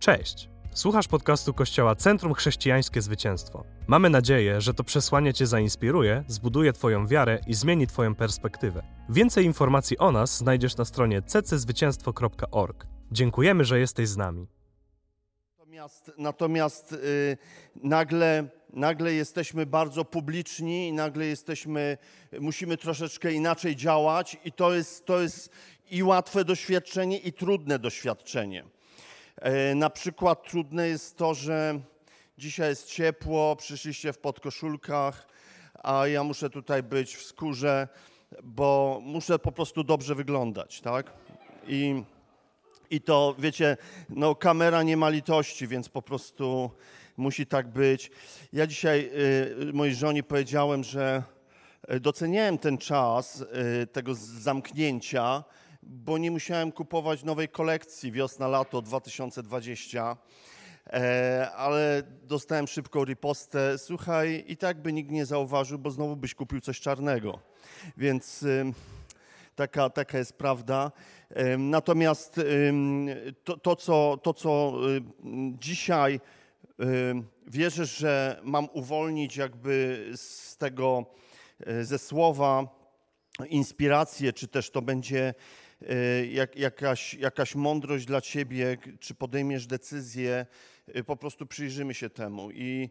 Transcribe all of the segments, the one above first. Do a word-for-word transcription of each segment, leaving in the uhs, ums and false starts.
Cześć! Słuchasz podcastu Kościoła Centrum Chrześcijańskie Zwycięstwo. Mamy nadzieję, że to przesłanie Cię zainspiruje, zbuduje Twoją wiarę i zmieni Twoją perspektywę. Więcej informacji o nas znajdziesz na stronie c c zwycięstwo kropka org. Dziękujemy, że jesteś z nami. Natomiast, natomiast yy, nagle, nagle jesteśmy bardzo publiczni i nagle jesteśmy, musimy troszeczkę inaczej działać i to jest, to jest i łatwe doświadczenie, i trudne doświadczenie. Yy, na przykład trudne jest to, że dzisiaj jest ciepło, przyszliście w podkoszulkach, a ja muszę tutaj być w skórze, bo muszę po prostu dobrze wyglądać, tak? I... I to, wiecie, no kamera nie ma litości, więc po prostu musi tak być. Ja dzisiaj y, mojej żonie powiedziałem, że doceniałem ten czas y, tego zamknięcia, bo nie musiałem kupować nowej kolekcji wiosna-lato dwa tysiące dwudziesty, e, ale dostałem szybką ripostę. Słuchaj, i tak by nikt nie zauważył, bo znowu byś kupił coś czarnego. Więc... Y, Taka, taka jest prawda. Natomiast to, to, co, to, co dzisiaj wierzę, że mam uwolnić jakby z tego, ze słowa inspirację, czy też to będzie jak, jakaś, jakaś mądrość dla ciebie, czy podejmiesz decyzję, po prostu przyjrzymy się temu. I,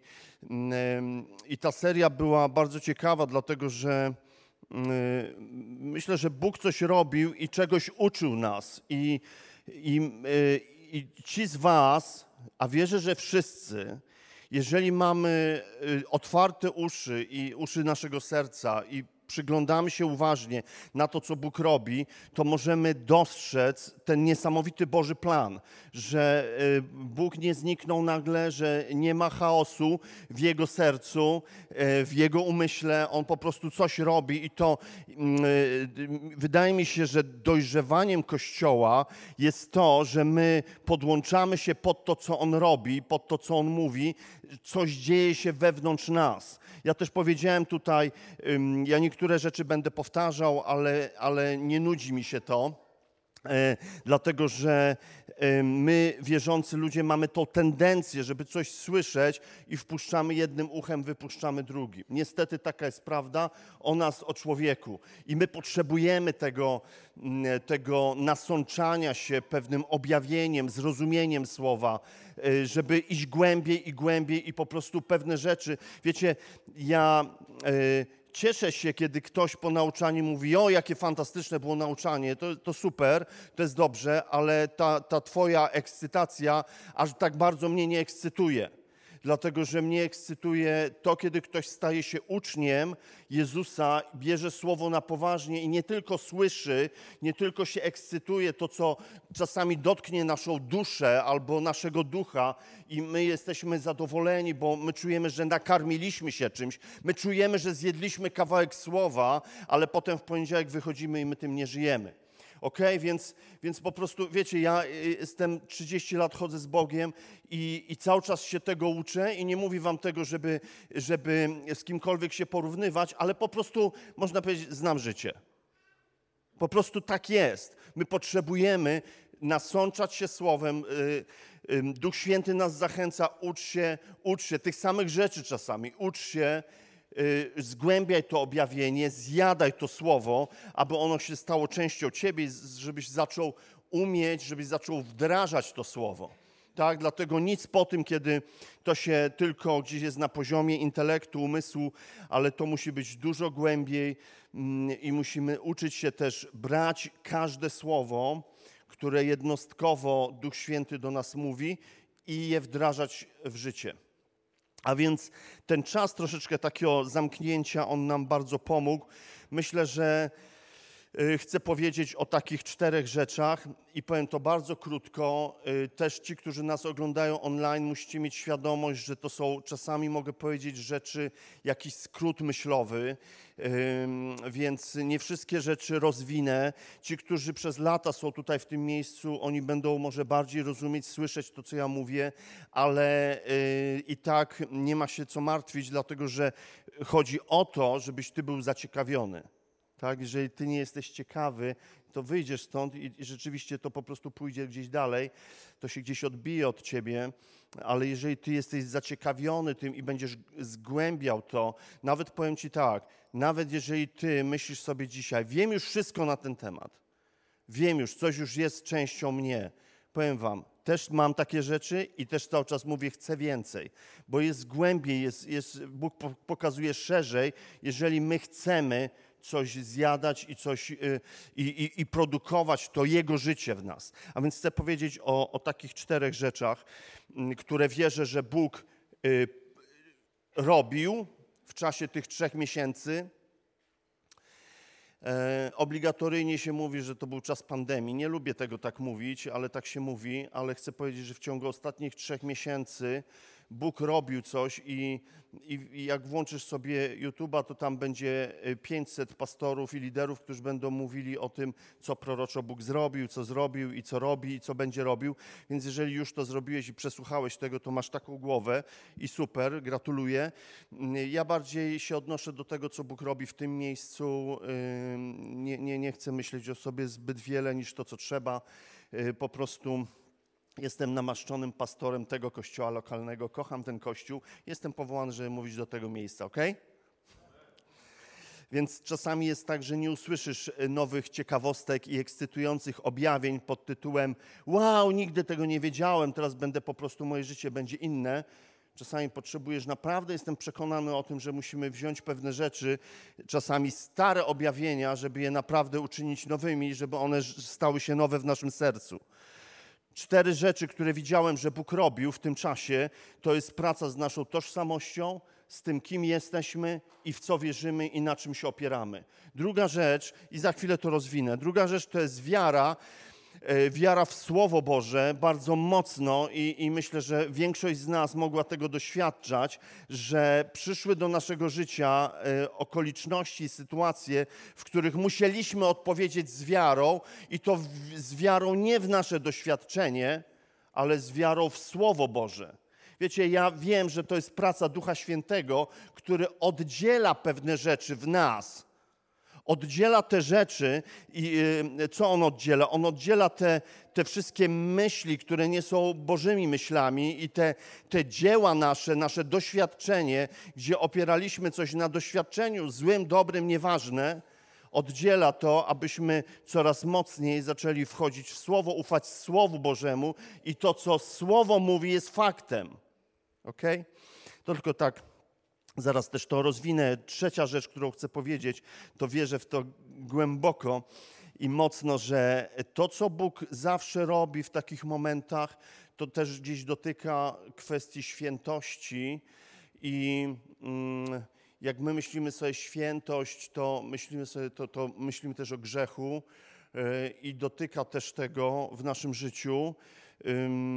i ta seria była bardzo ciekawa, dlatego że myślę, że Bóg coś robił i czegoś uczył nas. I, i, i ci z was, a wierzę, że wszyscy, jeżeli mamy otwarte uszy i uszy naszego serca i przyglądamy się uważnie na to, co Bóg robi, to możemy dostrzec ten niesamowity Boży plan, że Bóg nie zniknął nagle, że nie ma chaosu w Jego sercu, w Jego umyśle. On po prostu coś robi i to wydaje mi się, że dojrzewaniem Kościoła jest to, że my podłączamy się pod to, co On robi, pod to, co On mówi, coś dzieje się wewnątrz nas. Ja też powiedziałem tutaj, ja niektóre rzeczy będę powtarzał, ale, ale nie nudzi mi się to, e, dlatego że e, my, wierzący ludzie, mamy tą tendencję, żeby coś słyszeć i wpuszczamy jednym uchem, wypuszczamy drugim. Niestety taka jest prawda o nas, o człowieku. I my potrzebujemy tego, tego nasączania się pewnym objawieniem, zrozumieniem słowa, żeby iść głębiej i głębiej i po prostu pewne rzeczy. Wiecie, ja y, cieszę się, kiedy ktoś po nauczaniu mówi: o, jakie fantastyczne było nauczanie, to, to super, to jest dobrze, ale ta, ta twoja ekscytacja aż tak bardzo mnie nie ekscytuje. Dlatego, że mnie ekscytuje to, kiedy ktoś staje się uczniem Jezusa, bierze słowo na poważnie i nie tylko słyszy, nie tylko się ekscytuje to, co czasami dotknie naszą duszę albo naszego ducha i my jesteśmy zadowoleni, bo my czujemy, że nakarmiliśmy się czymś, my czujemy, że zjedliśmy kawałek słowa, ale potem w poniedziałek wychodzimy i my tym nie żyjemy. Okej, okay? więc, więc po prostu, wiecie, ja jestem trzydzieści lat, chodzę z Bogiem i, i cały czas się tego uczę i nie mówię wam tego, żeby, żeby z kimkolwiek się porównywać, ale po prostu, można powiedzieć, znam życie. Po prostu tak jest. My potrzebujemy nasączać się Słowem. Duch Święty nas zachęca, ucz się, ucz się tych samych rzeczy czasami, ucz się, zgłębiaj to objawienie, zjadaj to słowo, aby ono się stało częścią ciebie, żebyś zaczął umieć, żebyś zaczął wdrażać to słowo. Tak? Dlatego nic po tym, kiedy to się tylko gdzieś jest na poziomie intelektu, umysłu, ale to musi być dużo głębiej i musimy uczyć się też brać każde słowo, które jednostkowo Duch Święty do nas mówi i je wdrażać w życie. A więc ten czas troszeczkę takiego zamknięcia, on nam bardzo pomógł. Myślę, że chcę powiedzieć o takich czterech rzeczach i powiem to bardzo krótko. Też ci, którzy nas oglądają online, musicie mieć świadomość, że to są czasami, mogę powiedzieć, rzeczy, jakiś skrót myślowy, więc nie wszystkie rzeczy rozwinę. Ci, którzy przez lata są tutaj w tym miejscu, oni będą może bardziej rozumieć, słyszeć to, co ja mówię, ale i tak nie ma się co martwić, dlatego że chodzi o to, żebyś ty był zaciekawiony. Tak? Jeżeli ty nie jesteś ciekawy, to wyjdziesz stąd i, i rzeczywiście to po prostu pójdzie gdzieś dalej, to się gdzieś odbije od ciebie, ale jeżeli ty jesteś zaciekawiony tym i będziesz zgłębiał to, nawet powiem ci tak, nawet jeżeli ty myślisz sobie dzisiaj, wiem już wszystko na ten temat, wiem już, coś już jest częścią mnie, powiem wam, też mam takie rzeczy i też cały czas mówię, chcę więcej, bo jest głębiej, jest, jest, Bóg pokazuje szerzej, jeżeli my chcemy coś zjadać i coś y, i, i, i produkować to Jego życie w nas. A więc chcę powiedzieć o, o takich czterech rzeczach, y, które wierzę, że Bóg y, robił w czasie tych trzech miesięcy. E, obligatoryjnie się mówi, że to był czas pandemii. Nie lubię tego tak mówić, ale tak się mówi, ale chcę powiedzieć, że w ciągu ostatnich trzech miesięcy Bóg robił coś i, i, i jak włączysz sobie YouTube'a, to tam będzie pięćset pastorów i liderów, którzy będą mówili o tym, co proroczo Bóg zrobił, co zrobił i co robi i co będzie robił. Więc jeżeli już to zrobiłeś i przesłuchałeś tego, to masz taką głowę i super, gratuluję. Ja bardziej się odnoszę do tego, co Bóg robi w tym miejscu. Nie, nie, nie chcę myśleć o sobie zbyt wiele niż to, co trzeba. Po prostu jestem namaszczonym pastorem tego kościoła lokalnego, kocham ten kościół, jestem powołany, żeby mówić do tego miejsca, ok? Więc czasami jest tak, że nie usłyszysz nowych ciekawostek i ekscytujących objawień pod tytułem wow, nigdy tego nie wiedziałem, teraz będę po prostu, moje życie będzie inne. Czasami potrzebujesz, naprawdę jestem przekonany o tym, że musimy wziąć pewne rzeczy, czasami stare objawienia, żeby je naprawdę uczynić nowymi, żeby one stały się nowe w naszym sercu. Cztery rzeczy, które widziałem, że Bóg robił w tym czasie, to jest praca z naszą tożsamością, z tym, kim jesteśmy i w co wierzymy i na czym się opieramy. Druga rzecz, i za chwilę to rozwinę, druga rzecz to jest wiara, wiara w Słowo Boże bardzo mocno i, i myślę, że większość z nas mogła tego doświadczać, że przyszły do naszego życia okoliczności, sytuacje, w których musieliśmy odpowiedzieć z wiarą i to w, z wiarą nie w nasze doświadczenie, ale z wiarą w Słowo Boże. Wiecie, ja wiem, że to jest praca Ducha Świętego, który oddziela pewne rzeczy w nas. Oddziela te rzeczy i co on oddziela? On oddziela te, te wszystkie myśli, które nie są Bożymi myślami i te, te dzieła nasze, nasze doświadczenie, gdzie opieraliśmy coś na doświadczeniu, złym, dobrym, nieważne, oddziela to, abyśmy coraz mocniej zaczęli wchodzić w Słowo, ufać Słowu Bożemu i to, co Słowo mówi, jest faktem. Okej? To tylko tak. Zaraz też to rozwinę. Trzecia rzecz, którą chcę powiedzieć, to wierzę w to głęboko i mocno, że to, co Bóg zawsze robi w takich momentach, to też gdzieś dotyka kwestii świętości i mm, jak my myślimy sobie świętość, to myślimy sobie, to, to myślimy też o grzechu yy, i dotyka też tego w naszym życiu. Yy,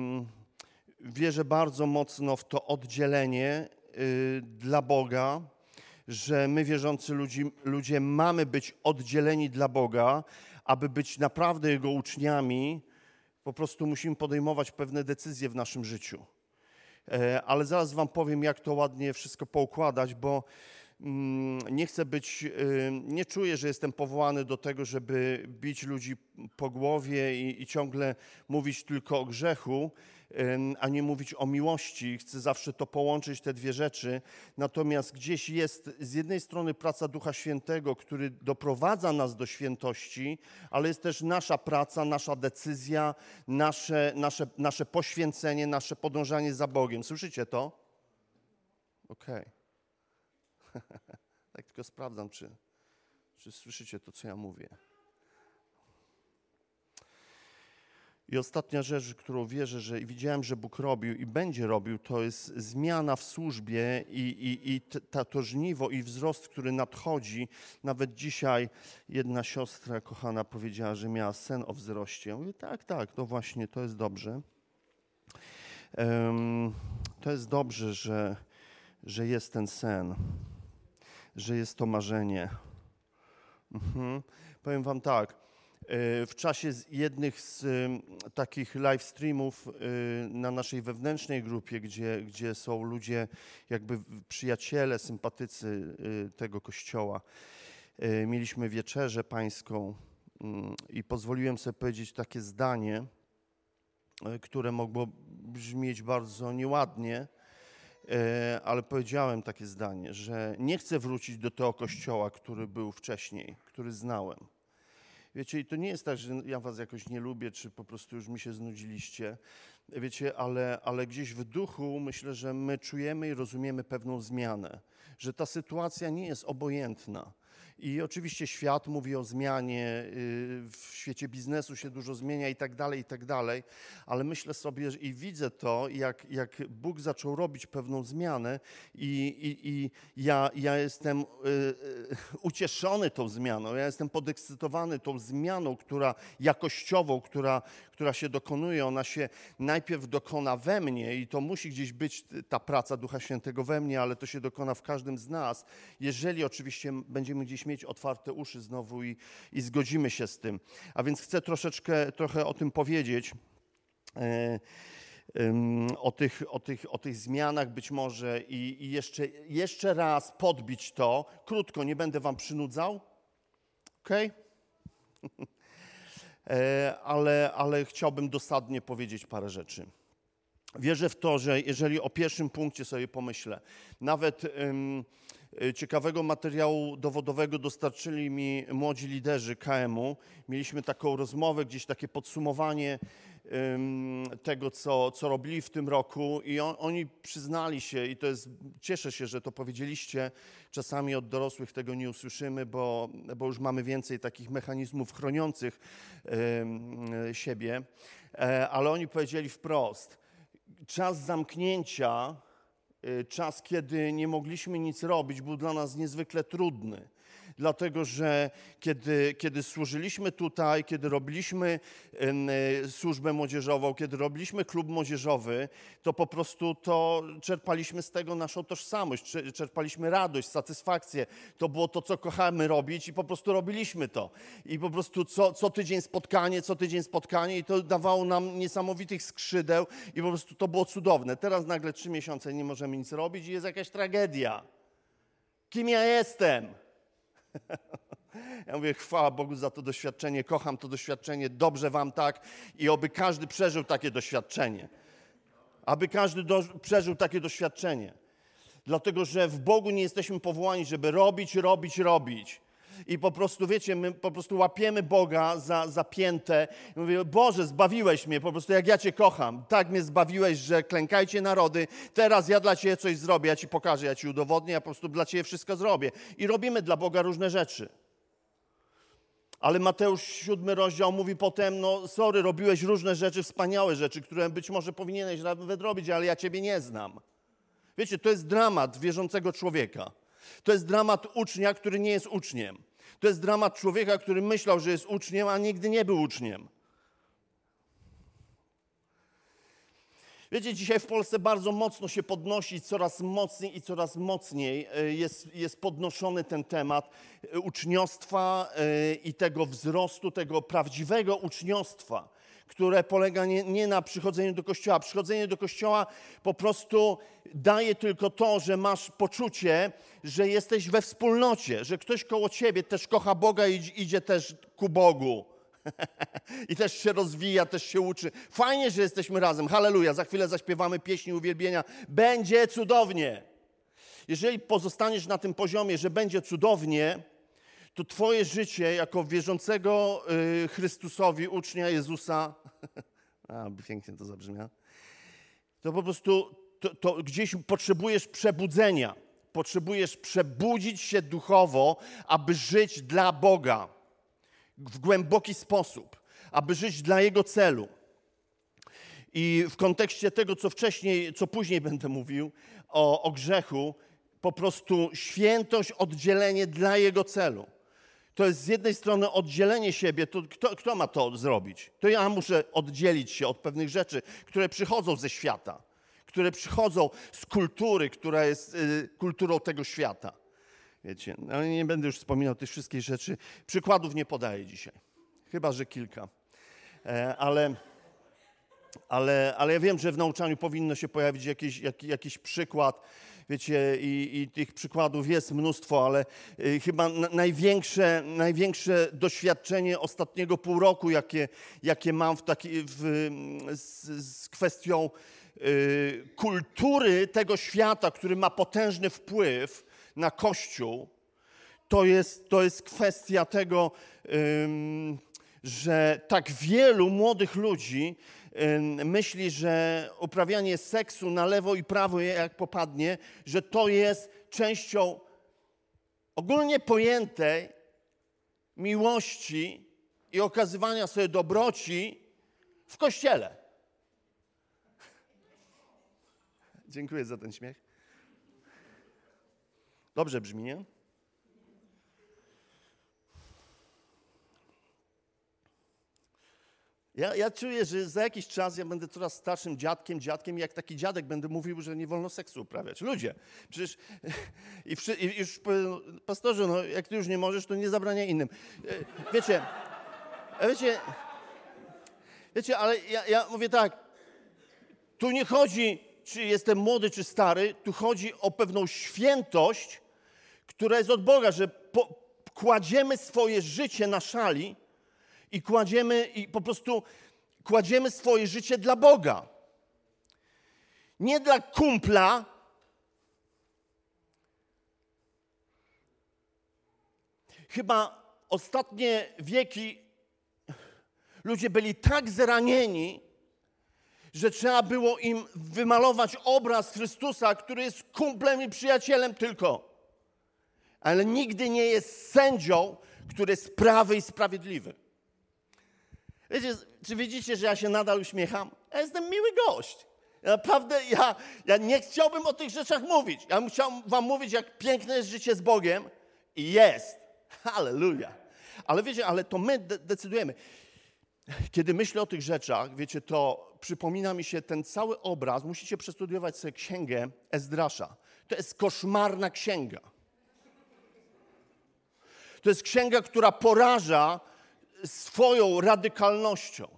wierzę bardzo mocno w to oddzielenie dla Boga, że my wierzący ludzi, ludzie mamy być oddzieleni dla Boga, aby być naprawdę Jego uczniami, po prostu musimy podejmować pewne decyzje w naszym życiu. Ale zaraz wam powiem, jak to ładnie wszystko poukładać, bo nie chcę być, nie czuję, że jestem powołany do tego, żeby bić ludzi po głowie i, i ciągle mówić tylko o grzechu, a nie mówić o miłości. Chcę zawsze to połączyć, te dwie rzeczy. Natomiast gdzieś jest z jednej strony praca Ducha Świętego, który doprowadza nas do świętości, ale jest też nasza praca, nasza decyzja, nasze, nasze, nasze poświęcenie, nasze podążanie za Bogiem. Słyszycie to? Okej. Okay. Tak tylko sprawdzam, czy, czy słyszycie to, co ja mówię. I ostatnia rzecz, którą wierzę, że widziałem, że Bóg robił i będzie robił, to jest zmiana w służbie i, i, i ta, to żniwo i wzrost, który nadchodzi. Nawet dzisiaj jedna siostra kochana powiedziała, że miała sen o wzroście. Ja mówię, tak, tak, to właśnie, to jest dobrze. Um, to jest dobrze, że, że jest ten sen, że jest to marzenie. Mhm. Powiem wam tak. W czasie jednych z takich live streamów na naszej wewnętrznej grupie, gdzie, gdzie są ludzie, jakby przyjaciele, sympatycy tego kościoła, mieliśmy wieczerzę pańską i pozwoliłem sobie powiedzieć takie zdanie, które mogło brzmieć bardzo nieładnie, ale powiedziałem takie zdanie, że nie chcę wrócić do tego kościoła, który był wcześniej, który znałem. Wiecie, i to nie jest tak, że ja was jakoś nie lubię, czy po prostu już mi się znudziliście, wiecie, ale, ale gdzieś w duchu myślę, że my czujemy i rozumiemy pewną zmianę, że ta sytuacja nie jest obojętna. I oczywiście świat mówi o zmianie, w świecie biznesu się dużo zmienia i tak dalej, i tak dalej, ale myślę sobie i widzę to, jak, jak Bóg zaczął robić pewną zmianę i, i, i ja, ja jestem y, y, ucieszony tą zmianą, ja jestem podekscytowany tą zmianą, która jakościową, która, która się dokonuje, ona się najpierw dokona we mnie i to musi gdzieś być ta praca Ducha Świętego we mnie, ale to się dokona w każdym z nas, jeżeli oczywiście będziemy gdzieś mieć otwarte uszy znowu i, i zgodzimy się z tym. A więc chcę troszeczkę, trochę o tym powiedzieć, e, um, o, tych, o, tych, o tych zmianach być może i, i jeszcze, jeszcze raz podbić to. Krótko, nie będę wam przynudzał, okej? Okay? e, ale, ale chciałbym dosadnie powiedzieć parę rzeczy. Wierzę w to, że jeżeli o pierwszym punkcie sobie pomyślę, nawet um, ciekawego materiału dowodowego dostarczyli mi młodzi liderzy K M u. Mieliśmy taką rozmowę, gdzieś takie podsumowanie um, tego, co, co robili w tym roku i on, oni przyznali się, i to jest, cieszę się, że to powiedzieliście, czasami od dorosłych tego nie usłyszymy, bo, bo już mamy więcej takich mechanizmów chroniących um, siebie, e, ale oni powiedzieli wprost, czas zamknięcia, czas, kiedy nie mogliśmy nic robić, był dla nas niezwykle trudny. Dlatego, że kiedy, kiedy służyliśmy tutaj, kiedy robiliśmy służbę młodzieżową, kiedy robiliśmy klub młodzieżowy, to po prostu to czerpaliśmy z tego naszą tożsamość, czerpaliśmy radość, satysfakcję. To było to, co kochamy robić i po prostu robiliśmy to. I po prostu co, co tydzień spotkanie, co tydzień spotkanie i to dawało nam niesamowitych skrzydeł i po prostu to było cudowne. Teraz nagle trzy miesiące nie możemy nic robić i jest jakaś tragedia. Kim ja jestem? Ja mówię, chwała Bogu za to doświadczenie, kocham to doświadczenie, dobrze wam tak i oby każdy przeżył takie doświadczenie. Aby każdy do, przeżył takie doświadczenie. Dlatego, że w Bogu nie jesteśmy powołani, żeby robić, robić, robić. I po prostu, wiecie, my po prostu łapiemy Boga za, za piętę i mówię, Boże, zbawiłeś mnie, po prostu jak ja Cię kocham. Tak mnie zbawiłeś, że klękajcie narody, teraz ja dla Ciebie coś zrobię, ja Ci pokażę, ja Ci udowodnię, ja po prostu dla Ciebie wszystko zrobię. I robimy dla Boga różne rzeczy. Ale Mateusz siódmy rozdział mówi potem, no sorry, robiłeś różne rzeczy, wspaniałe rzeczy, które być może powinieneś nawet robić, ale ja Ciebie nie znam. Wiecie, to jest dramat wierzącego człowieka. To jest dramat ucznia, który nie jest uczniem. To jest dramat człowieka, który myślał, że jest uczniem, a nigdy nie był uczniem. Wiecie, dzisiaj w Polsce bardzo mocno się podnosi, coraz mocniej i coraz mocniej jest, jest podnoszony ten temat uczniostwa i tego wzrostu, tego prawdziwego uczniostwa, które polega nie, nie na przychodzeniu do kościoła. Przychodzenie do kościoła po prostu daje tylko to, że masz poczucie, że jesteś we wspólnocie, że ktoś koło ciebie też kocha Boga i idzie też ku Bogu. I też się rozwija, też się uczy. Fajnie, że jesteśmy razem. Halleluja. Za chwilę zaśpiewamy pieśni uwielbienia. Będzie cudownie. Jeżeli pozostaniesz na tym poziomie, że będzie cudownie, to twoje życie jako wierzącego y, Chrystusowi, ucznia Jezusa, a, pięknie to zabrzmiało, to po prostu to, to gdzieś potrzebujesz przebudzenia. Potrzebujesz przebudzić się duchowo, aby żyć dla Boga w głęboki sposób, aby żyć dla Jego celu. I w kontekście tego, co wcześniej, co później będę mówił o, o grzechu, po prostu świętość, oddzielenie dla Jego celu. To jest z jednej strony oddzielenie siebie, to kto, kto ma to zrobić? To ja muszę oddzielić się od pewnych rzeczy, które przychodzą ze świata, które przychodzą z kultury, która jest y, kulturą tego świata. Wiecie, no nie będę już wspominał tych wszystkich rzeczy. Przykładów nie podaję dzisiaj, chyba że kilka. E, ale, ale, ale ja wiem, że w nauczaniu powinno się pojawić jakiś, jak, jakiś przykład, wiecie, i, i tych przykładów jest mnóstwo, ale y, chyba na, największe, największe doświadczenie ostatniego pół roku, jakie, jakie mam w taki, w, z, z kwestią y, kultury tego świata, który ma potężny wpływ na Kościół, to jest, to jest kwestia tego, ym, że tak wielu młodych ludzi myśli, że uprawianie seksu na lewo i prawo, jak popadnie, że to jest częścią ogólnie pojętej miłości i okazywania sobie dobroci w Kościele. Dziękuję za ten śmiech. Dobrze brzmi, nie? Ja, ja czuję, że za jakiś czas ja będę coraz starszym dziadkiem, dziadkiem i jak taki dziadek będę mówił, że nie wolno seksu uprawiać. Ludzie, przecież i, wszy, i już pastorze, no jak ty już nie możesz, to nie zabraniaj innym. Wiecie, wiecie, wiecie, ale ja, ja mówię tak, tu nie chodzi, czy jestem młody, czy stary, tu chodzi o pewną świętość, która jest od Boga, że po, kładziemy swoje życie na szali, I kładziemy, i po prostu kładziemy swoje życie dla Boga. Nie dla kumpla, chyba ostatnie wieki ludzie byli tak zranieni, że trzeba było im wymalować obraz Chrystusa, który jest kumplem i przyjacielem tylko. Ale nigdy nie jest sędzią, który jest prawy i sprawiedliwy. Wiecie, czy widzicie, że ja się nadal uśmiecham? Ja jestem miły gość. Ja naprawdę, ja, ja nie chciałbym o tych rzeczach mówić. Ja bym chciał wam mówić, jak piękne jest życie z Bogiem. I jest. Halleluja. Ale wiecie, ale to my de- decydujemy. Kiedy myślę o tych rzeczach, wiecie, to przypomina mi się ten cały obraz. Musicie przestudiować sobie księgę Ezdrasza. To jest koszmarna księga. To jest księga, która poraża swoją radykalnością.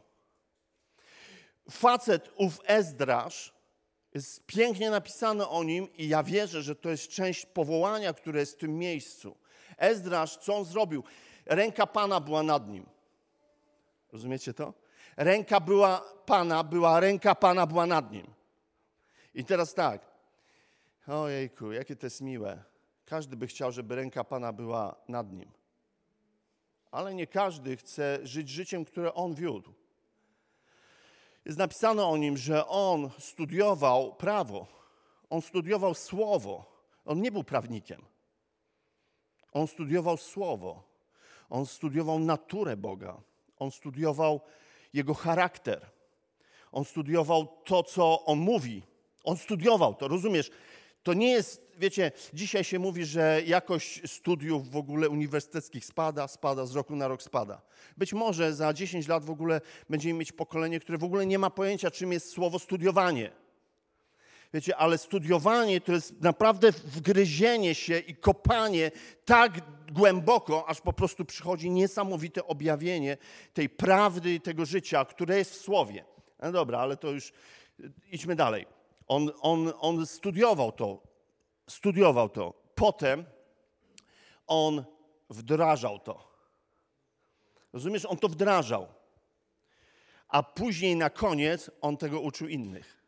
Facet ów Ezdrasz, jest pięknie napisane o nim i ja wierzę, że to jest część powołania, które jest w tym miejscu. Ezdrasz, co on zrobił? Ręka Pana była nad nim. Rozumiecie to? Ręka była Pana, była ręka Pana była nad nim. I teraz tak. Ojejku, jakie to jest miłe. Każdy by chciał, żeby ręka Pana była nad nim. Ale nie każdy chce żyć życiem, które on wiódł. Jest napisane o nim, że on studiował prawo. On studiował słowo. On nie był prawnikiem. On studiował słowo. On studiował naturę Boga. On studiował jego charakter. On studiował to, co on mówi. On studiował to, rozumiesz? To nie jest, wiecie, dzisiaj się mówi, że jakość studiów w ogóle uniwersyteckich spada, spada, z roku na rok spada. Być może za dziesięć lat w ogóle będziemy mieć pokolenie, które w ogóle nie ma pojęcia, czym jest słowo studiowanie. Wiecie, ale studiowanie to jest naprawdę wgryzienie się i kopanie tak głęboko, aż po prostu przychodzi niesamowite objawienie tej prawdy i tego życia, które jest w Słowie. No dobra, ale to już idźmy dalej. On, on, on studiował to, studiował to. Potem on wdrażał to. Rozumiesz? On to wdrażał. A później na koniec on tego uczył innych.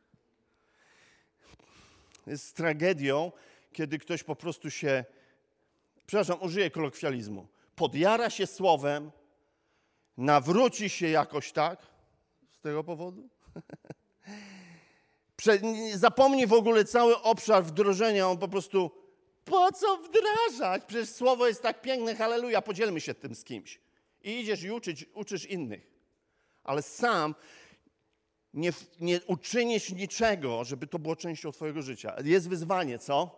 Jest tragedią, kiedy ktoś po prostu się, przepraszam, użyję kolokwializmu, podjara się słowem, nawróci się jakoś tak z tego powodu. Zapomni w ogóle cały obszar wdrożenia, on po prostu, po co wdrażać? Przecież słowo jest tak piękne, halleluja, podzielmy się tym z kimś. I idziesz i uczyć, uczysz innych. Ale sam nie, nie uczynisz niczego, żeby to było częścią twojego życia. Jest wyzwanie, co?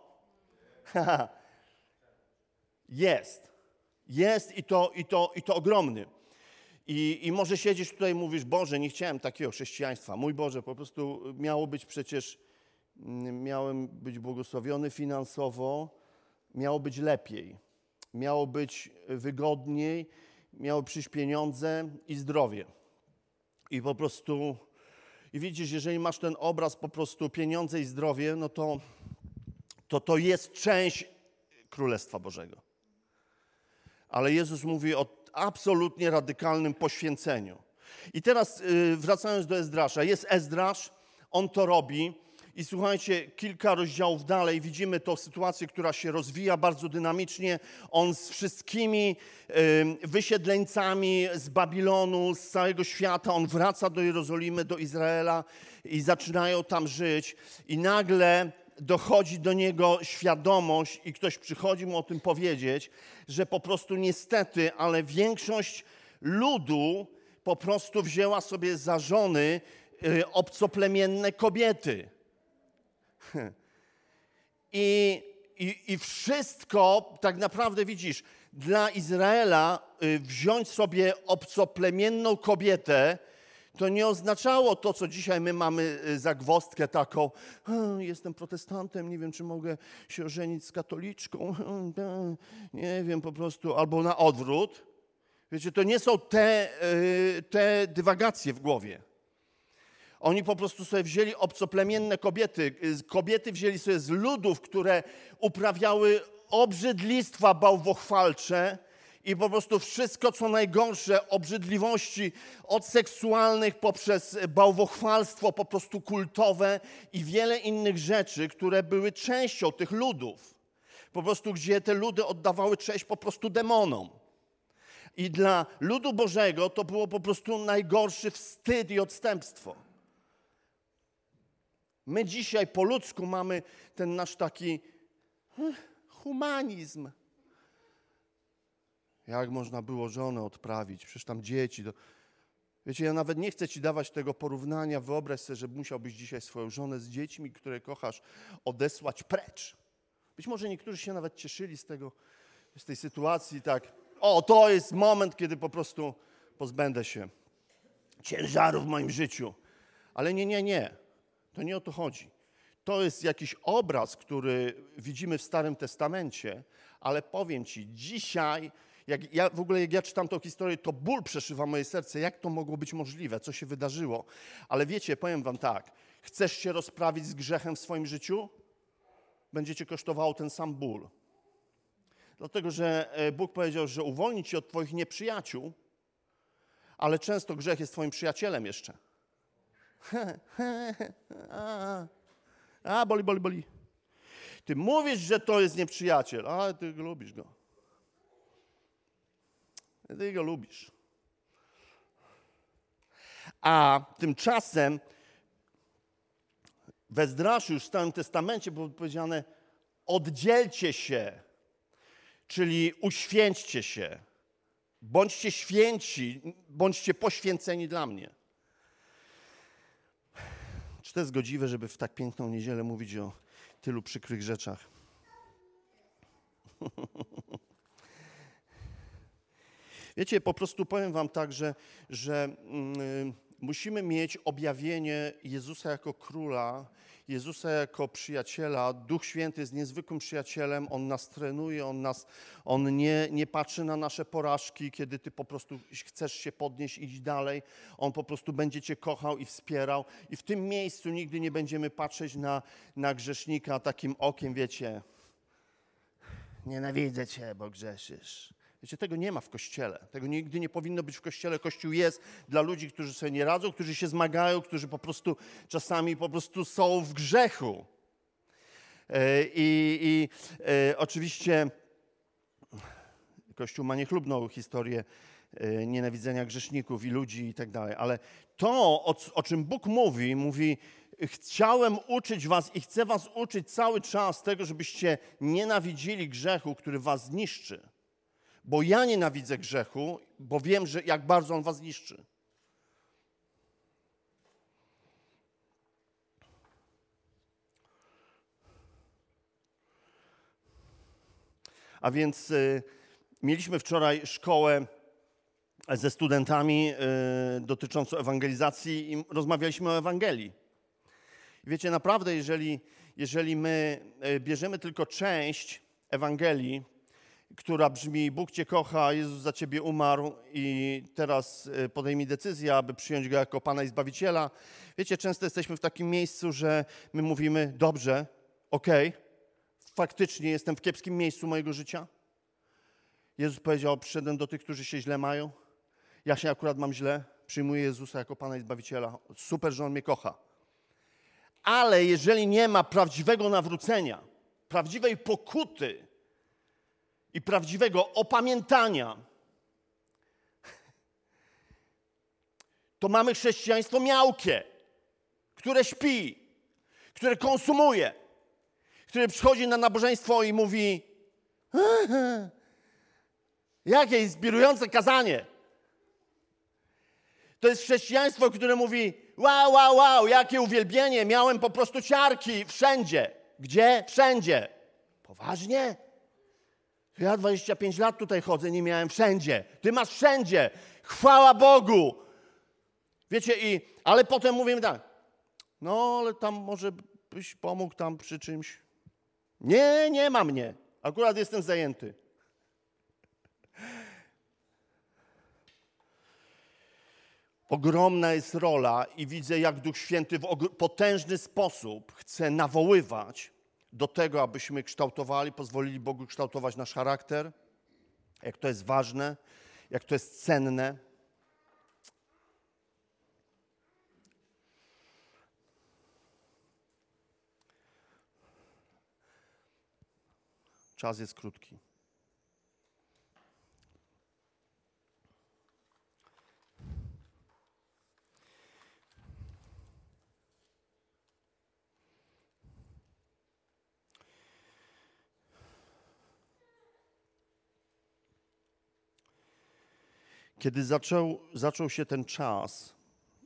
Jest. Jest i to, i to, i to ogromny. I, I może siedzisz tutaj i mówisz, Boże, nie chciałem takiego chrześcijaństwa. Mój Boże, po prostu miało być przecież, miałem być błogosławiony finansowo, miało być lepiej, miało być wygodniej, miało przyjść pieniądze i zdrowie. I po prostu I widzisz, jeżeli masz ten obraz po prostu pieniądze i zdrowie, no to to, to jest część Królestwa Bożego. Ale Jezus mówi o absolutnie radykalnym poświęceniu. I teraz yy, wracając do Ezdrasza. Jest Ezdrasz, on to robi i słuchajcie, kilka rozdziałów dalej widzimy tą sytuację, która się rozwija bardzo dynamicznie. On z wszystkimi yy, wysiedleńcami z Babilonu, z całego świata, on wraca do Jerozolimy, do Izraela i zaczynają tam żyć. I nagle dochodzi do niego świadomość i ktoś przychodzi mu o tym powiedzieć, że po prostu niestety, ale większość ludu po prostu wzięła sobie za żony y, obcoplemienne kobiety. I, i, I wszystko tak naprawdę widzisz, dla Izraela y, wziąć sobie obcoplemienną kobietę, to nie oznaczało to, co dzisiaj my mamy zagwozdkę taką, jestem protestantem, nie wiem, czy mogę się ożenić z katoliczką, nie wiem, po prostu, albo na odwrót. Wiecie, to nie są te, te dywagacje w głowie. Oni po prostu sobie wzięli obcoplemienne kobiety. Kobiety wzięli sobie z ludów, które uprawiały obrzydlistwa bałwochwalcze, i po prostu wszystko, co najgorsze, obrzydliwości od seksualnych poprzez bałwochwalstwo po prostu kultowe i wiele innych rzeczy, które były częścią tych ludów. Po prostu, gdzie te ludy oddawały cześć po prostu demonom. I dla ludu Bożego to było po prostu najgorszy wstyd i odstępstwo. My dzisiaj po ludzku mamy ten nasz taki humanizm. Jak można było żonę odprawić? Przecież tam dzieci. To... Wiecie, ja nawet nie chcę ci dawać tego porównania. Wyobraź sobie, że musiałbyś dzisiaj swoją żonę z dziećmi, które kochasz, odesłać precz. Być może niektórzy się nawet cieszyli z tego, z tej sytuacji, tak. O, to jest moment, kiedy po prostu pozbędę się ciężaru w moim życiu. Ale nie, nie, nie. To nie o to chodzi. To jest jakiś obraz, który widzimy w Starym Testamencie, ale powiem ci, dzisiaj... Jak ja, w ogóle jak ja czytam tą historię, to ból przeszywa moje serce. Jak to mogło być możliwe? Co się wydarzyło? Ale wiecie, powiem wam tak. Chcesz się rozprawić z grzechem w swoim życiu? Będzie cię kosztowało ten sam ból. Dlatego, że Bóg powiedział, że uwolni cię od twoich nieprzyjaciół, ale często grzech jest twoim przyjacielem jeszcze. a, a, boli, boli, boli. Ty mówisz, że to jest nieprzyjaciel, ale ty lubisz go. Ty go lubisz. A tymczasem w Ezdraszu już w Starym Testamencie było powiedziane oddzielcie się, czyli uświęćcie się. Bądźcie święci, bądźcie poświęceni dla mnie. Czy to jest godziwe, żeby w tak piękną niedzielę mówić o tylu przykrych rzeczach? Wiecie, po prostu powiem wam tak, że, że mm, musimy mieć objawienie Jezusa jako Króla, Jezusa jako przyjaciela. Duch Święty jest niezwykłym przyjacielem, On nas trenuje, On, nas, on nie, nie patrzy na nasze porażki, kiedy ty po prostu chcesz się podnieść, iść dalej. On po prostu będzie cię kochał i wspierał. I w tym miejscu nigdy nie będziemy patrzeć na, na grzesznika takim okiem, wiecie, nienawidzę cię, bo grzeszysz. Wiecie, tego nie ma w Kościele. Tego nigdy nie powinno być w Kościele. Kościół jest dla ludzi, którzy sobie nie radzą, którzy się zmagają, którzy po prostu czasami po prostu są w grzechu. I, i e, oczywiście Kościół ma niechlubną historię e, nienawidzenia grzeszników i ludzi i tak dalej. Ale to, o, o czym Bóg mówi, mówi, chciałem uczyć was i chcę was uczyć cały czas tego, żebyście nienawidzili grzechu, który was zniszczy. Bo ja nienawidzę grzechu, bo wiem, że jak bardzo on was niszczy. A więc y, mieliśmy wczoraj szkołę ze studentami y, dotyczącą ewangelizacji i rozmawialiśmy o Ewangelii. Wiecie, naprawdę, jeżeli, jeżeli my bierzemy tylko część Ewangelii, która brzmi: Bóg cię kocha, Jezus za ciebie umarł i teraz podejmij decyzję, aby przyjąć Go jako Pana i Zbawiciela. Wiecie, często jesteśmy w takim miejscu, że my mówimy: dobrze, okej, okay, faktycznie jestem w kiepskim miejscu mojego życia. Jezus powiedział: przyszedłem do tych, którzy się źle mają. Ja się akurat mam źle, przyjmuję Jezusa jako Pana i Zbawiciela. Super, że On mnie kocha. Ale jeżeli nie ma prawdziwego nawrócenia, prawdziwej pokuty i prawdziwego opamiętania, to mamy chrześcijaństwo miałkie, które śpi, które konsumuje, które przychodzi na nabożeństwo i mówi: jakie inspirujące kazanie. To jest chrześcijaństwo, które mówi: wow, wow, wow, jakie uwielbienie, miałem po prostu ciarki wszędzie. Gdzie? Wszędzie. Poważnie? Ja dwadzieścia pięć lat tutaj chodzę, nie miałem wszędzie. Ty masz wszędzie. Chwała Bogu. Wiecie, i, ale potem mówimy tak: no, ale tam może byś pomógł tam przy czymś. Nie, nie ma mnie. Akurat jestem zajęty. Ogromna jest rola i widzę, jak Duch Święty w potężny sposób chce nawoływać do tego, abyśmy kształtowali, pozwolili Bogu kształtować nasz charakter, jak to jest ważne, jak to jest cenne. Czas jest krótki. Kiedy zaczął, zaczął się ten czas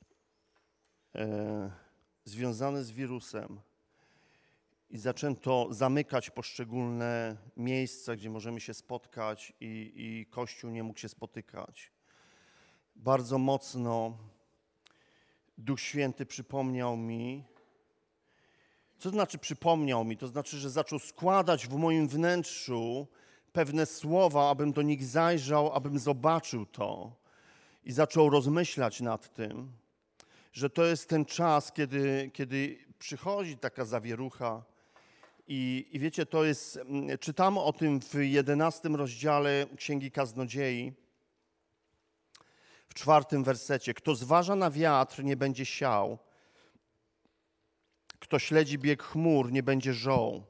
e, związany z wirusem i zaczęto zamykać poszczególne miejsca, gdzie możemy się spotkać i, i Kościół nie mógł się spotykać, bardzo mocno Duch Święty przypomniał mi, co znaczy przypomniał mi? To znaczy, że zaczął składać w moim wnętrzu pewne słowa, abym do nich zajrzał, abym zobaczył to i zaczął rozmyślać nad tym, że to jest ten czas, kiedy, kiedy przychodzi taka zawierucha i, i wiecie, to jest, czytamy o tym w jedenastym rozdziale Księgi Kaznodziei, w czwartym wersecie. Kto zważa na wiatr, nie będzie siał. Kto śledzi bieg chmur, nie będzie żął.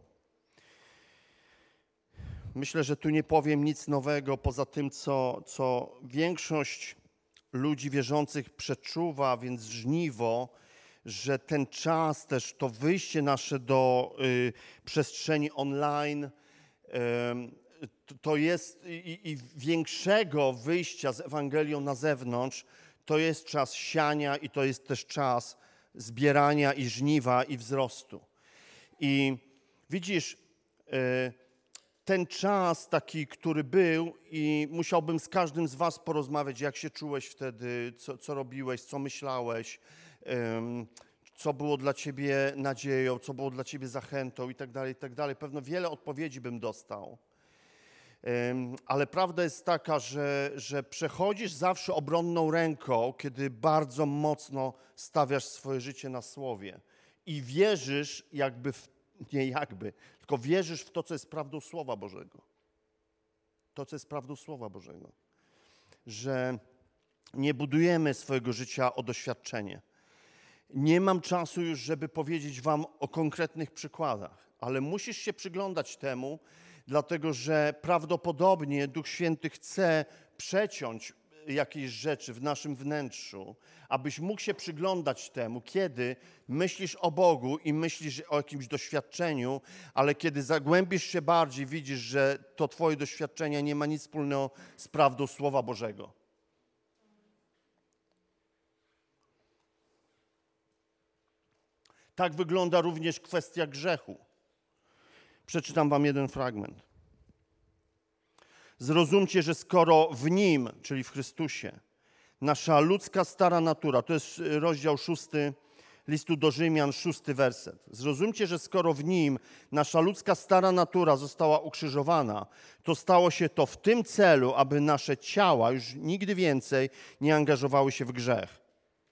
Myślę, że tu nie powiem nic nowego poza tym, co, co większość ludzi wierzących przeczuwa, więc żniwo, że ten czas też, to wyjście nasze do y, przestrzeni online, y, to, to jest i, i większego wyjścia z Ewangelią na zewnątrz, to jest czas siania i to jest też czas zbierania i żniwa i wzrostu. I widzisz, y, ten czas taki, który był i musiałbym z każdym z was porozmawiać, jak się czułeś wtedy, co, co robiłeś, co myślałeś, um, co było dla ciebie nadzieją, co było dla ciebie zachętą i tak dalej, i tak dalej. Pewno wiele odpowiedzi bym dostał. Um, ale prawda jest taka, że, że przechodzisz zawsze obronną ręką, kiedy bardzo mocno stawiasz swoje życie na słowie i wierzysz jakby w Nie jakby, tylko wierzysz w to, co jest prawdą Słowa Bożego. To, co jest prawdą Słowa Bożego. Że nie budujemy swojego życia o doświadczenie. Nie mam czasu już, żeby powiedzieć wam o konkretnych przykładach, ale musisz się przyglądać temu, dlatego że prawdopodobnie Duch Święty chce przeciąć jakieś rzeczy w naszym wnętrzu, abyś mógł się przyglądać temu, kiedy myślisz o Bogu i myślisz o jakimś doświadczeniu, ale kiedy zagłębisz się bardziej, widzisz, że to twoje doświadczenie nie ma nic wspólnego z prawdą Słowa Bożego. Tak wygląda również kwestia grzechu. Przeczytam wam jeden fragment. Zrozumcie, że skoro w Nim, czyli w Chrystusie, nasza ludzka stara natura, to jest rozdział szósty, listu do Rzymian, szósty werset. Zrozumcie, że skoro w nim nasza ludzka stara natura została ukrzyżowana, to stało się to w tym celu, aby nasze ciała już nigdy więcej nie angażowały się w grzech.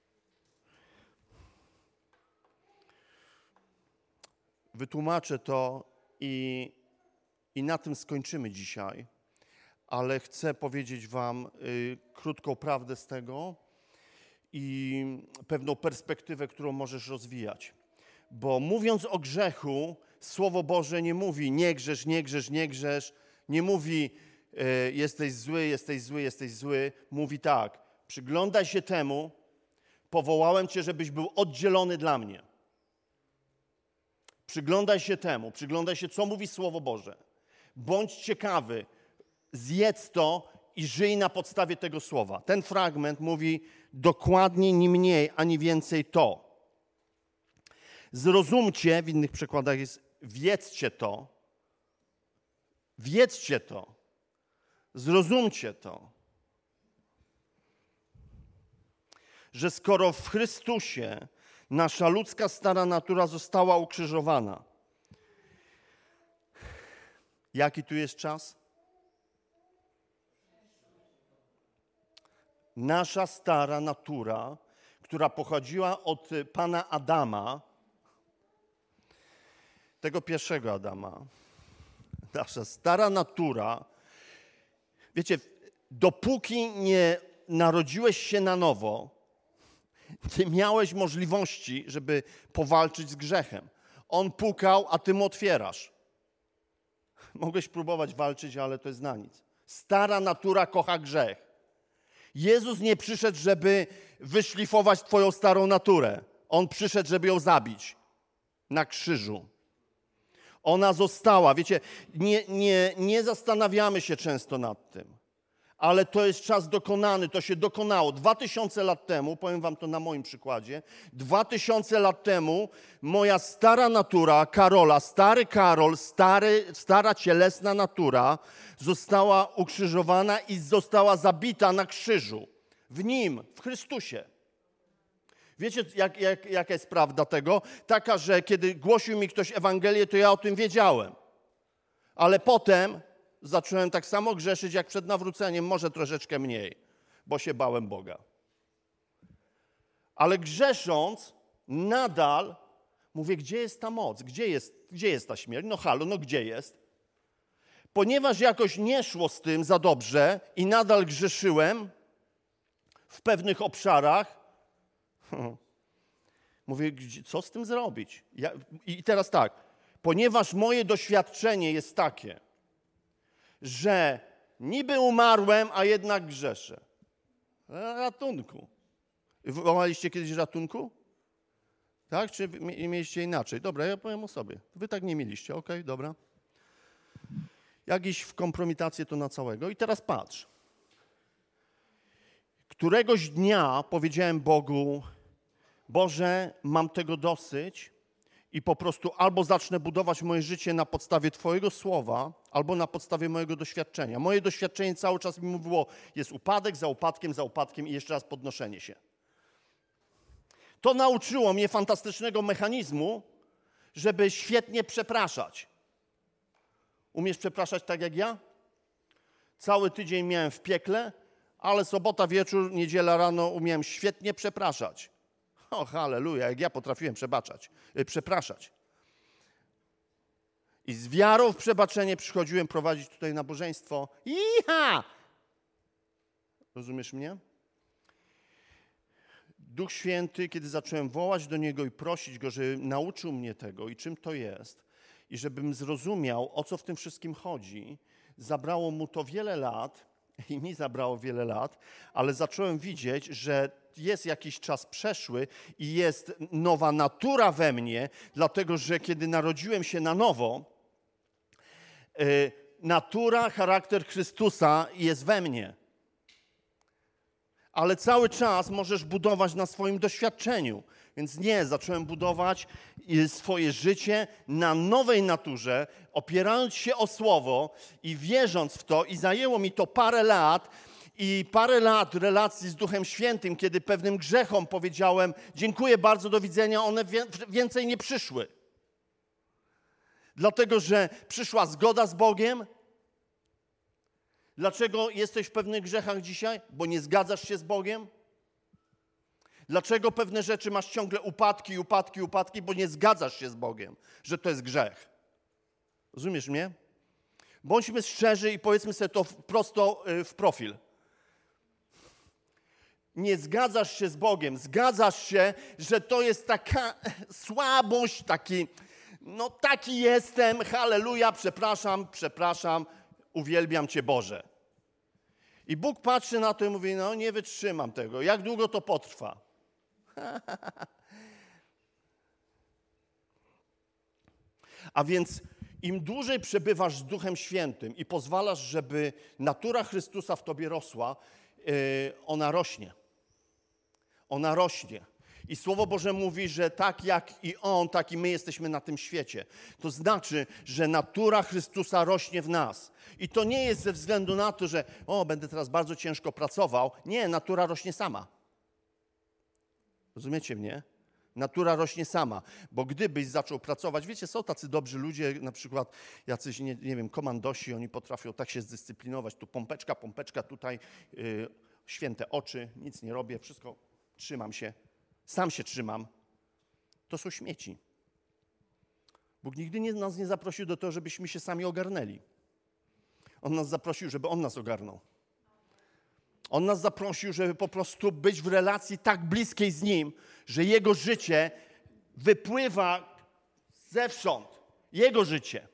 Wytłumaczę to i, i na tym skończymy dzisiaj, ale chcę powiedzieć wam y, krótką prawdę z tego i pewną perspektywę, którą możesz rozwijać. Bo mówiąc o grzechu, Słowo Boże nie mówi nie grzesz, nie grzesz, nie grzesz, nie mówi y, jesteś zły, jesteś zły, jesteś zły. Mówi tak, przyglądaj się temu, powołałem cię, żebyś był oddzielony dla mnie. Przyglądaj się temu, przyglądaj się, co mówi Słowo Boże. Bądź ciekawy, zjedz to i żyj na podstawie tego słowa. Ten fragment mówi dokładnie ni mniej, ani więcej to. Zrozumcie, w innych przykładach jest wiedzcie to, wiedzcie to, zrozumcie to, że skoro w Chrystusie nasza ludzka stara natura została ukrzyżowana. Jaki tu jest czas? Nasza stara natura, która pochodziła od pana Adama, tego pierwszego Adama, nasza stara natura, wiecie, dopóki nie narodziłeś się na nowo, nie miałeś możliwości, żeby powalczyć z grzechem. On pukał, a ty mu otwierasz. Mogłeś próbować walczyć, ale to jest na nic. Stara natura kocha grzech. Jezus nie przyszedł, żeby wyszlifować twoją starą naturę. On przyszedł, żeby ją zabić na krzyżu. Ona została. Wiecie, nie, nie, nie zastanawiamy się często nad tym. Ale to jest czas dokonany, to się dokonało. Dwa tysiące lat temu, powiem wam to na moim przykładzie, dwa tysiące lat temu moja stara natura, Karola, stary Karol, stary, stara cielesna natura została ukrzyżowana i została zabita na krzyżu. W Nim, w Chrystusie. Wiecie, jak, jak, jaka jest prawda tego? Taka, że kiedy głosił mi ktoś Ewangelię, to ja o tym wiedziałem. Ale potem zacząłem tak samo grzeszyć jak przed nawróceniem, może troszeczkę mniej, bo się bałem Boga. Ale grzesząc, nadal mówię, gdzie jest ta moc? Gdzie jest, gdzie jest ta śmierć? No halo, no gdzie jest? Ponieważ jakoś nie szło z tym za dobrze i nadal grzeszyłem w pewnych obszarach, mówię, co z tym zrobić? Ja, I teraz tak, ponieważ moje doświadczenie jest takie, że niby umarłem, a jednak grzeszę. Ratunku. Wołaliście kiedyś ratunku? Tak? Czy mieliście inaczej? Dobra, ja powiem o sobie. Wy tak nie mieliście, okej, okay, dobra. Jak iść w kompromitację to na całego. I teraz patrz. Któregoś dnia powiedziałem Bogu, Boże, mam tego dosyć i po prostu albo zacznę budować moje życie na podstawie Twojego słowa, albo na podstawie mojego doświadczenia. Moje doświadczenie cały czas mi mówiło, jest upadek za upadkiem, za upadkiem i jeszcze raz podnoszenie się. To nauczyło mnie fantastycznego mechanizmu, żeby świetnie przepraszać. Umiesz przepraszać tak jak ja? Cały tydzień miałem w piekle, ale sobota wieczór, niedziela rano umiałem świetnie przepraszać. O, halleluja, jak ja potrafiłem przebaczać, yy, przepraszać. I z wiarą w przebaczenie przychodziłem prowadzić tutaj nabożeństwo. Iha! Rozumiesz mnie? Duch Święty, kiedy zacząłem wołać do Niego i prosić Go, żeby nauczył mnie tego i czym to jest, i żebym zrozumiał, o co w tym wszystkim chodzi, zabrało mu to wiele lat i mi zabrało wiele lat, ale zacząłem widzieć, że jest jakiś czas przeszły i jest nowa natura we mnie, dlatego że kiedy narodziłem się na nowo, yy, natura, charakter Chrystusa jest we mnie. Ale cały czas możesz budować na swoim doświadczeniu. Więc nie, zacząłem budować swoje życie na nowej naturze, opierając się o Słowo i wierząc w to. I zajęło mi to parę lat I parę lat relacji z Duchem Świętym, kiedy pewnym grzechom powiedziałem, dziękuję bardzo, do widzenia, one więcej nie przyszły. Dlatego, że przyszła zgoda z Bogiem. Dlaczego jesteś w pewnych grzechach dzisiaj? Bo nie zgadzasz się z Bogiem. Dlaczego pewne rzeczy masz ciągle upadki, upadki, upadki? Bo nie zgadzasz się z Bogiem, że to jest grzech. Rozumiesz mnie? Bądźmy szczerzy i powiedzmy sobie to prosto w profil. Nie zgadzasz się z Bogiem, zgadzasz się, że to jest taka słabość, taki, no taki jestem, halleluja, przepraszam, przepraszam, uwielbiam Cię Boże. I Bóg patrzy na to i mówi, no nie wytrzymam tego, jak długo to potrwa? A więc im dłużej przebywasz z Duchem Świętym i pozwalasz, żeby natura Chrystusa w tobie rosła, yy, ona rośnie. Ona rośnie. I Słowo Boże mówi, że tak jak i On, tak i my jesteśmy na tym świecie. To znaczy, że natura Chrystusa rośnie w nas. I to nie jest ze względu na to, że o, będę teraz bardzo ciężko pracował. Nie, natura rośnie sama. Rozumiecie mnie? Natura rośnie sama, bo gdybyś zaczął pracować, wiecie, są tacy dobrzy ludzie, na przykład jacyś, nie, nie wiem, komandosi, oni potrafią tak się zdyscyplinować, tu pompeczka, pompeczka, tutaj yy, święte oczy, nic nie robię, wszystko, trzymam się, sam się trzymam. To są śmieci. Bóg nigdy nie, nas nie zaprosił do tego, żebyśmy się sami ogarnęli. On nas zaprosił, żeby On nas ogarnął. On nas zaprosił, żeby po prostu być w relacji tak bliskiej z Nim, że Jego życie wypływa zewsząd. Jego życie.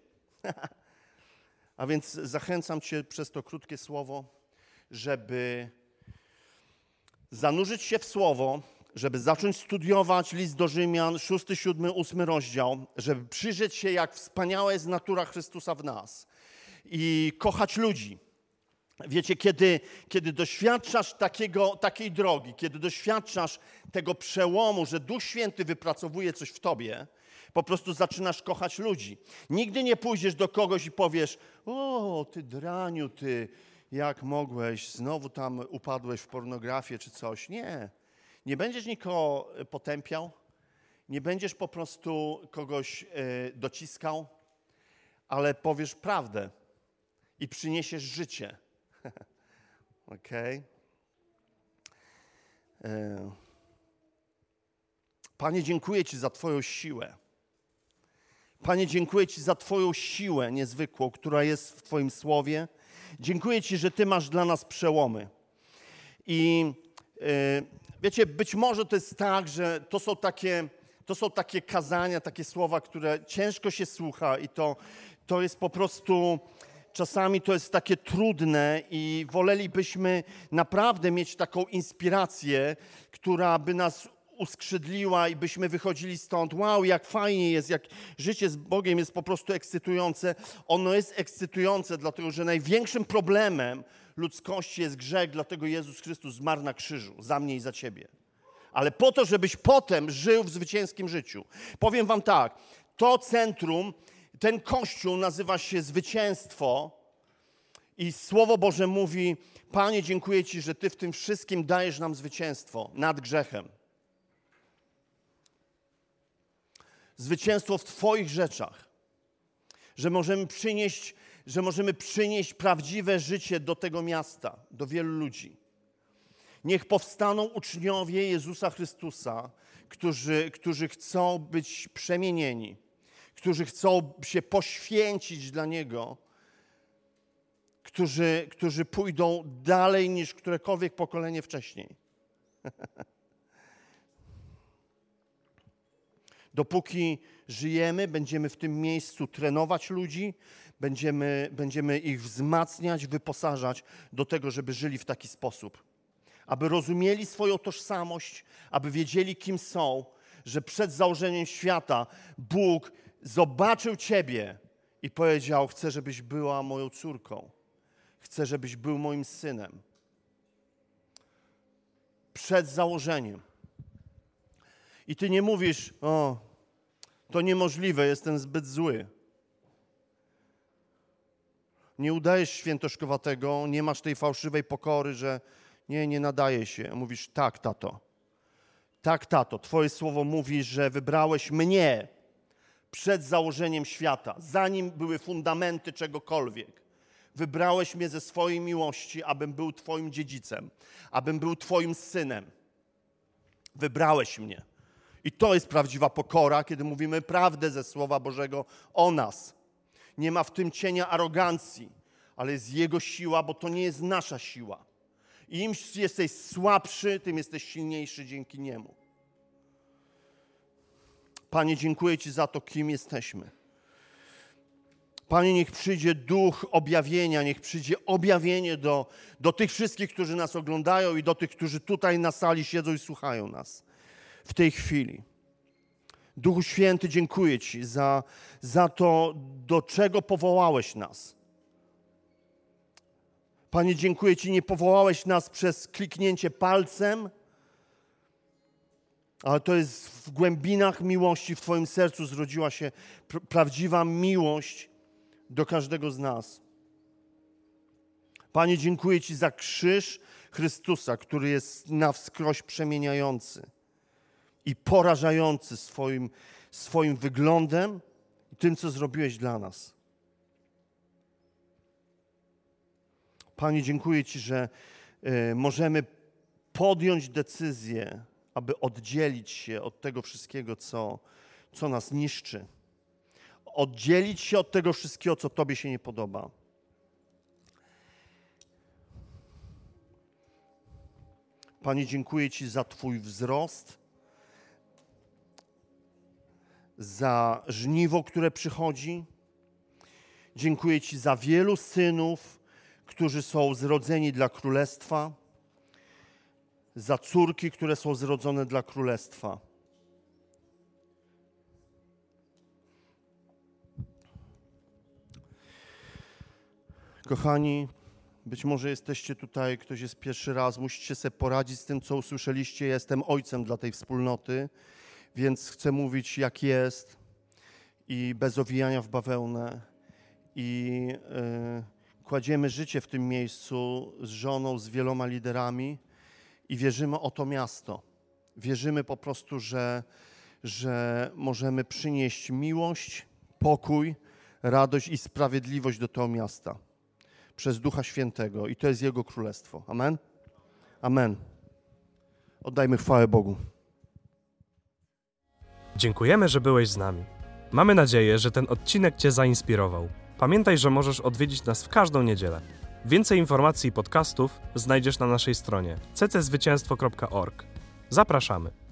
A więc zachęcam Cię przez to krótkie słowo, żeby zanurzyć się w Słowo, żeby zacząć studiować list do Rzymian, szósty, siódmy, ósmy rozdział, żeby przyjrzeć się, jak wspaniała jest natura Chrystusa w nas i kochać ludzi. Wiecie, kiedy, kiedy doświadczasz takiego, takiej drogi, kiedy doświadczasz tego przełomu, że Duch Święty wypracowuje coś w tobie, po prostu zaczynasz kochać ludzi. Nigdy nie pójdziesz do kogoś i powiesz, o, ty draniu, ty, jak mogłeś, znowu tam upadłeś w pornografię czy coś. Nie, nie będziesz nikogo potępiał, nie będziesz po prostu kogoś y, dociskał, ale powiesz prawdę i przyniesiesz życie. Okej. Okay. Panie, dziękuję Ci za Twoją siłę. Panie, dziękuję Ci za Twoją siłę niezwykłą, która jest w Twoim słowie. Dziękuję Ci, że Ty masz dla nas przełomy. I yy, wiecie, być może to jest tak, że to są takie, to są takie kazania, takie słowa, które ciężko się słucha i to, to jest po prostu... Czasami to jest takie trudne i wolelibyśmy naprawdę mieć taką inspirację, która by nas uskrzydliła i byśmy wychodzili stąd. Wow, jak fajnie jest, jak życie z Bogiem jest po prostu ekscytujące. Ono jest ekscytujące, dlatego że największym problemem ludzkości jest grzech, dlatego Jezus Chrystus zmarł na krzyżu za mnie i za ciebie. Ale po to, żebyś potem żył w zwycięskim życiu. Powiem wam tak, to centrum, ten Kościół nazywa się Zwycięstwo i Słowo Boże mówi, Panie, dziękuję Ci, że Ty w tym wszystkim dajesz nam zwycięstwo nad grzechem. Zwycięstwo w Twoich rzeczach, że możemy przynieść, że możemy przynieść prawdziwe życie do tego miasta, do wielu ludzi. Niech powstaną uczniowie Jezusa Chrystusa, którzy, którzy chcą być przemienieni, którzy chcą się poświęcić dla Niego, którzy, którzy pójdą dalej niż którekolwiek pokolenie wcześniej. Dopóki żyjemy, będziemy w tym miejscu trenować ludzi, będziemy, będziemy ich wzmacniać, wyposażać do tego, żeby żyli w taki sposób. Aby rozumieli swoją tożsamość, aby wiedzieli, kim są, że przed założeniem świata Bóg zobaczył Ciebie i powiedział, chcę, żebyś była moją córką. Chcę, żebyś był moim synem. Przed założeniem. I Ty nie mówisz, o, to niemożliwe, jestem zbyt zły. Nie udajesz świętoszkowatego, nie masz tej fałszywej pokory, że nie, nie nadaje się. Mówisz, tak, tato. Tak, tato. Twoje słowo mówi, że wybrałeś mnie przed założeniem świata, zanim były fundamenty czegokolwiek. Wybrałeś mnie ze swojej miłości, abym był Twoim dziedzicem, abym był Twoim synem. Wybrałeś mnie. I to jest prawdziwa pokora, kiedy mówimy prawdę ze Słowa Bożego o nas. Nie ma w tym cienia arogancji, ale jest Jego siła, bo to nie jest nasza siła. I im jesteś słabszy, tym jesteś silniejszy dzięki Niemu. Panie, dziękuję Ci za to, kim jesteśmy. Panie, niech przyjdzie duch objawienia, niech przyjdzie objawienie do, do tych wszystkich, którzy nas oglądają i do tych, którzy tutaj na sali siedzą i słuchają nas w tej chwili. Duchu Święty, dziękuję Ci za, za to, do czego powołałeś nas. Panie, dziękuję Ci, nie powołałeś nas przez kliknięcie palcem, ale to jest w głębinach miłości, w Twoim sercu zrodziła się pr- prawdziwa miłość do każdego z nas. Panie, dziękuję Ci za krzyż Chrystusa, który jest na wskroś przemieniający i porażający swoim, swoim wyglądem i tym, co zrobiłeś dla nas. Panie, dziękuję Ci, że y, możemy podjąć decyzję, aby oddzielić się od tego wszystkiego, co, co nas niszczy. Oddzielić się od tego wszystkiego, co Tobie się nie podoba. Panie, dziękuję Ci za Twój wzrost, za żniwo, które przychodzi. Dziękuję Ci za wielu synów, którzy są zrodzeni dla Królestwa, za córki, które są zrodzone dla Królestwa. Kochani, być może jesteście tutaj, ktoś jest pierwszy raz, musicie sobie poradzić z tym, co usłyszeliście. Ja jestem ojcem dla tej wspólnoty, więc chcę mówić, jak jest i bez owijania w bawełnę. I yy, kładziemy życie w tym miejscu z żoną, z wieloma liderami i wierzymy o to miasto. Wierzymy po prostu, że, że możemy przynieść miłość, pokój, radość i sprawiedliwość do tego miasta przez Ducha Świętego i to jest Jego Królestwo. Amen? Amen. Oddajmy chwałę Bogu. Dziękujemy, że byłeś z nami. Mamy nadzieję, że ten odcinek Cię zainspirował. Pamiętaj, że możesz odwiedzić nas w każdą niedzielę. Więcej informacji i podcastów znajdziesz na naszej stronie c c zwycięstwo kropka org. Zapraszamy.